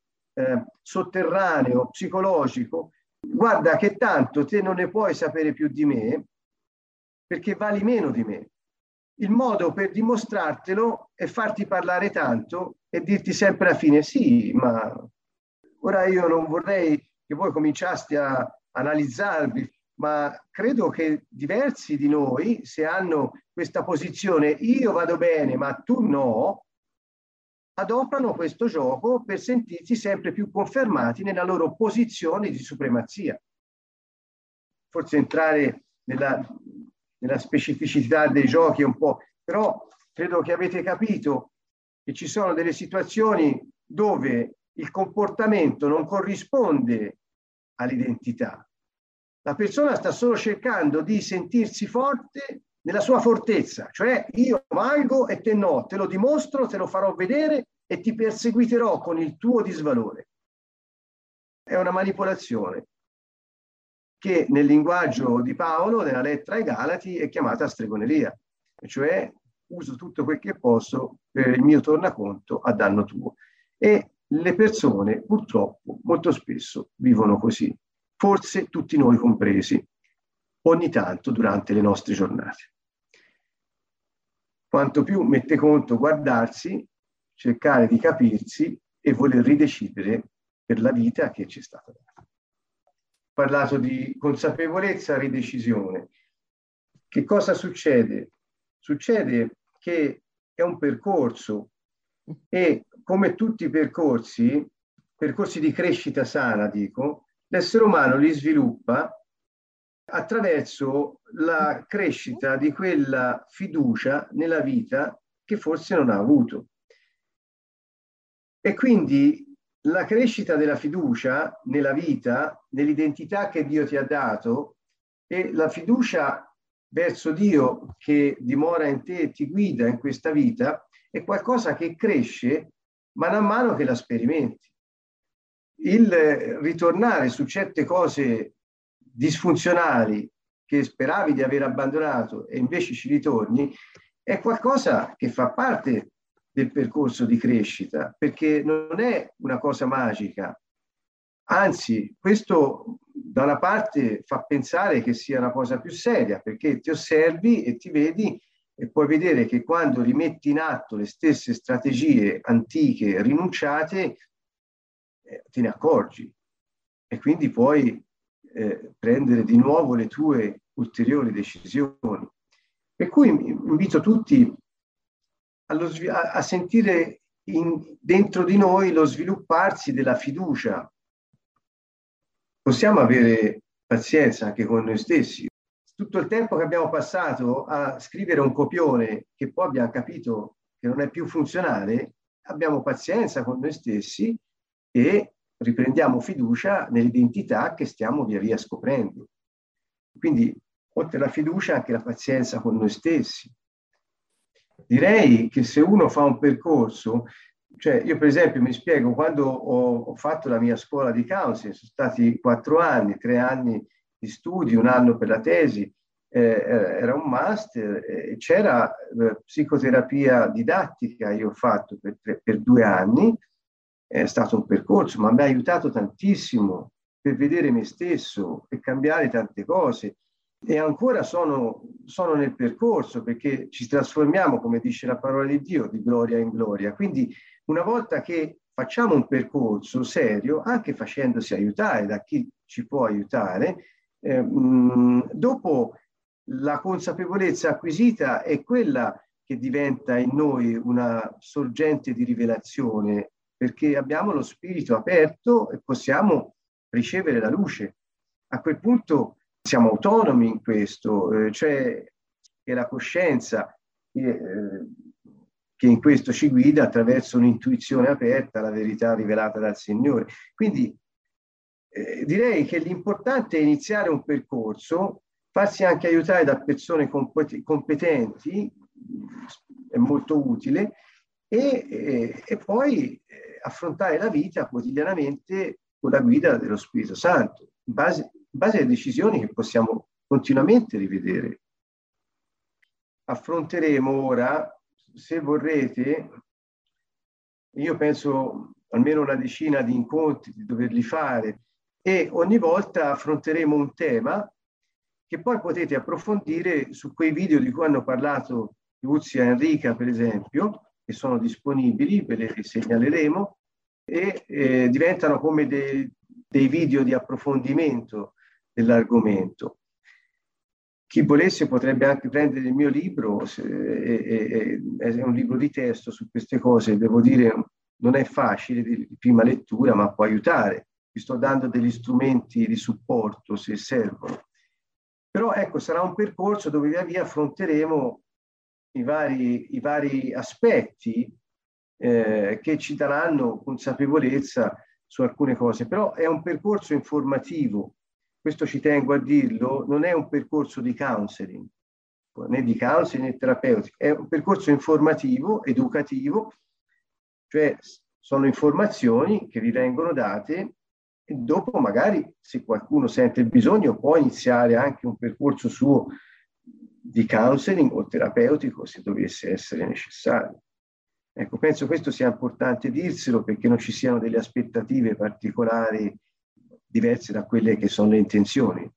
sotterraneo, psicologico, guarda che tanto te non ne puoi sapere più di me perché vali meno di me. Il modo per dimostrartelo è farti parlare tanto e dirti sempre alla fine sì, ma ora io non vorrei che voi cominciaste a analizzarvi, ma credo che diversi di noi, se hanno questa posizione io vado bene ma tu no, adoperano questo gioco per sentirsi sempre più confermati nella loro posizione di supremazia. Forse entrare nella specificità dei giochi un po', però credo che avete capito che ci sono delle situazioni dove il comportamento non corrisponde all'identità. La persona sta solo cercando di sentirsi forte nella sua fortezza, cioè io valgo e te no, te lo dimostro, te lo farò vedere e ti perseguiterò con il tuo disvalore. È una manipolazione che nel linguaggio di Paolo, nella lettera ai Galati, è chiamata stregoneria, cioè uso tutto quel che posso per il mio tornaconto a danno tuo. E le persone purtroppo molto spesso vivono così, forse tutti noi compresi, ogni tanto durante le nostre giornate. Quanto più mette conto guardarsi, cercare di capirsi e voler ridecidere per la vita che ci è stata data. Ho parlato di consapevolezza e ridecisione. Che cosa succede? Succede che è un percorso e come tutti i percorsi di crescita sana, dico, l'essere umano li sviluppa attraverso la crescita di quella fiducia nella vita che forse non ha avuto. E quindi la crescita della fiducia nella vita, nell'identità che Dio ti ha dato, e la fiducia verso Dio che dimora in te e ti guida in questa vita, è qualcosa che cresce man mano che la sperimenti. Il ritornare su certe cose disfunzionali che speravi di aver abbandonato e invece ci ritorni, è qualcosa che fa parte del percorso di crescita, perché non è una cosa magica. Anzi, questo da una parte fa pensare che sia una cosa più seria, perché ti osservi e ti vedi e puoi vedere che quando rimetti in atto le stesse strategie antiche rinunciate, te ne accorgi e quindi puoi prendere di nuovo le tue ulteriori decisioni. Per cui invito tutti a sentire dentro di noi lo svilupparsi della fiducia. Possiamo avere pazienza anche con noi stessi. Tutto il tempo che abbiamo passato a scrivere un copione che poi abbiamo capito che non è più funzionale, abbiamo pazienza con noi stessi e riprendiamo fiducia nell'identità che stiamo via via scoprendo. Quindi, oltre alla fiducia, anche la pazienza con noi stessi. Direi che se uno fa un percorso, cioè io per esempio mi spiego, quando ho fatto la mia scuola di counseling, sono stati 4 anni, 3 anni di studi, 1 anno per la tesi, era un master, c'era psicoterapia didattica, io ho fatto per 2 anni, è stato un percorso, ma mi ha aiutato tantissimo per vedere me stesso e cambiare tante cose. E ancora sono nel percorso, perché ci trasformiamo, come dice la parola di Dio, di gloria in gloria. Quindi una volta che facciamo un percorso serio, anche facendosi aiutare da chi ci può aiutare, dopo la consapevolezza acquisita è quella che diventa in noi una sorgente di rivelazione, perché abbiamo lo spirito aperto e possiamo ricevere la luce. A quel punto siamo autonomi in questo, cioè è la coscienza che in questo ci guida attraverso un'intuizione aperta alla verità rivelata dal Signore. Quindi direi che l'importante è iniziare un percorso, farsi anche aiutare da persone competenti, è molto utile, e poi affrontare la vita quotidianamente con la guida dello Spirito Santo, in base alle decisioni che possiamo continuamente rivedere. Affronteremo ora, se vorrete, io penso almeno una decina di incontri di doverli fare, e ogni volta affronteremo un tema che poi potete approfondire su quei video di cui hanno parlato Luzia e Enrica, per esempio, che sono disponibili, ve li segnaleremo, e diventano come dei video di approfondimento dell'argomento. Chi volesse potrebbe anche prendere il mio libro, è un libro di testo su queste cose, devo dire non è facile di prima lettura, ma può aiutare. Vi sto dando degli strumenti di supporto se servono. Però ecco, sarà un percorso dove via via affronteremo i vari aspetti che ci daranno consapevolezza su alcune cose. Però è un percorso informativo. Questo ci tengo a dirlo, non è un percorso di counseling, né di counseling né terapeutico, è un percorso informativo, educativo, cioè sono informazioni che vi vengono date e dopo magari se qualcuno sente il bisogno può iniziare anche un percorso suo di counseling o terapeutico se dovesse essere necessario. Ecco, penso questo sia importante dirselo perché non ci siano delle aspettative particolari diverse da quelle che sono le intenzioni.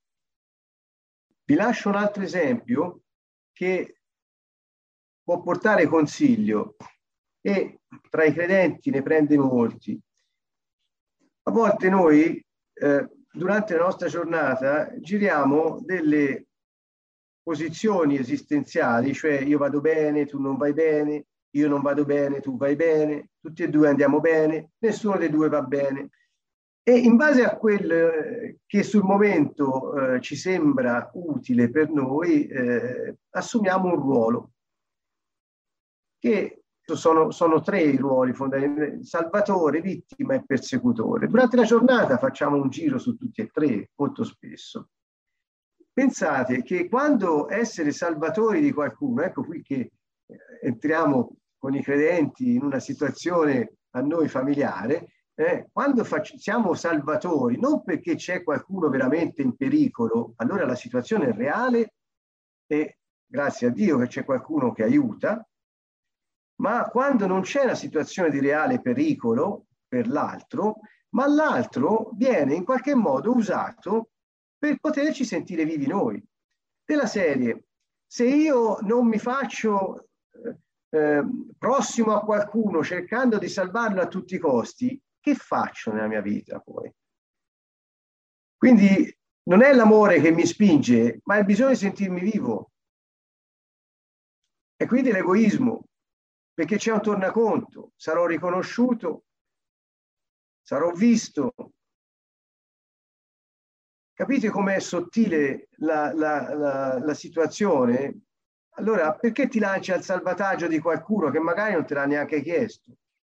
Vi lascio un altro esempio che può portare consiglio e tra i credenti ne prende molti. A volte noi durante la nostra giornata giriamo delle posizioni esistenziali, cioè io vado bene, tu non vai bene, io non vado bene, tu vai bene, tutti e due andiamo bene, nessuno dei due va bene. E in base a quel che sul momento ci sembra utile per noi, assumiamo un ruolo che sono tre i ruoli fondamentali: salvatore, vittima e persecutore. Durante la giornata facciamo un giro su tutti e tre, molto spesso. Pensate che quando essere salvatori di qualcuno, ecco qui che entriamo con i credenti in una situazione a noi familiare, quando siamo salvatori, non perché c'è qualcuno veramente in pericolo, allora la situazione è reale e grazie a Dio che c'è qualcuno che aiuta, ma quando non c'è una situazione di reale pericolo per l'altro, ma l'altro viene in qualche modo usato per poterci sentire vivi noi. Della serie, se io non mi faccio prossimo a qualcuno cercando di salvarlo a tutti i costi, che faccio nella mia vita poi? Quindi non è l'amore che mi spinge, ma è il bisogno di sentirmi vivo. E quindi l'egoismo, perché c'è un tornaconto, sarò riconosciuto, sarò visto. Capite com'è sottile la situazione? Allora, perché ti lanci al salvataggio di qualcuno che magari non te l'ha neanche chiesto?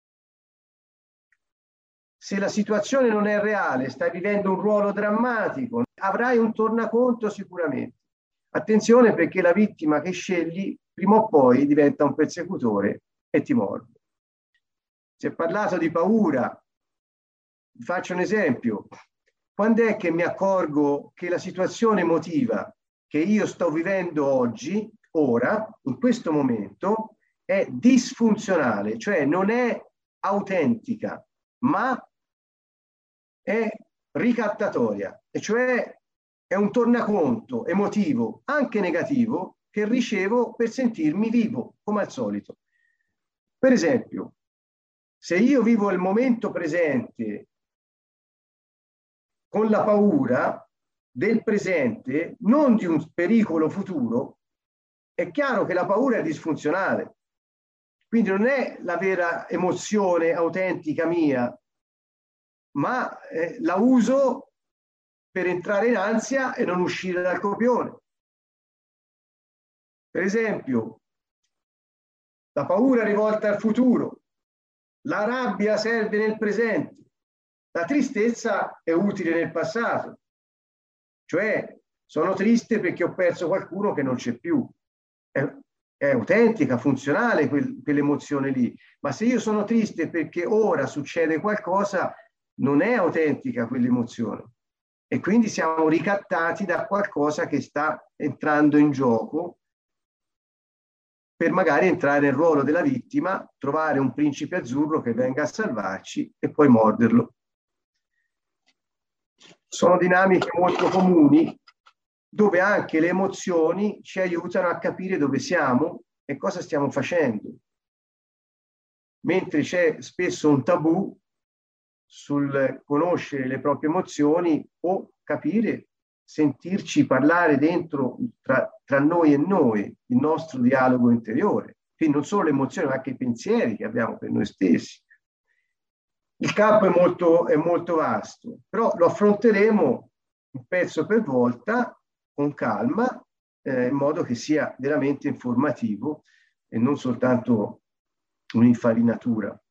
Se la situazione non è reale, stai vivendo un ruolo drammatico, avrai un tornaconto sicuramente. Attenzione, perché la vittima che scegli prima o poi diventa un persecutore e ti morde. Si è parlato di paura. Vi faccio un esempio. Quando è che mi accorgo che la situazione emotiva che io sto vivendo oggi, ora, in questo momento, è disfunzionale, cioè non è autentica, ma è ricattatoria, e cioè è un tornaconto emotivo, anche negativo, che ricevo per sentirmi vivo, come al solito. Per esempio, se io vivo il momento presente con la paura del presente, non di un pericolo futuro, è chiaro che la paura è disfunzionale. Quindi non è la vera emozione autentica mia, ma la uso per entrare in ansia e non uscire dal copione. Per esempio, la paura rivolta al futuro, la rabbia serve nel presente, la tristezza è utile nel passato. Cioè, sono triste perché ho perso qualcuno che non c'è più. È autentica, funzionale quell'emozione lì. Ma se io sono triste perché ora succede qualcosa, non è autentica quell'emozione. E quindi siamo ricattati da qualcosa che sta entrando in gioco per magari entrare nel ruolo della vittima, trovare un principe azzurro che venga a salvarci e poi morderlo. Sono dinamiche molto comuni dove anche le emozioni ci aiutano a capire dove siamo e cosa stiamo facendo. Mentre c'è spesso un tabù sul conoscere le proprie emozioni o capire, sentirci parlare dentro tra noi e noi, il nostro dialogo interiore. Quindi non solo le emozioni, ma anche i pensieri che abbiamo per noi stessi. Il campo è molto vasto, però lo affronteremo un pezzo per volta, con calma, in modo che sia veramente informativo e non soltanto un'infarinatura.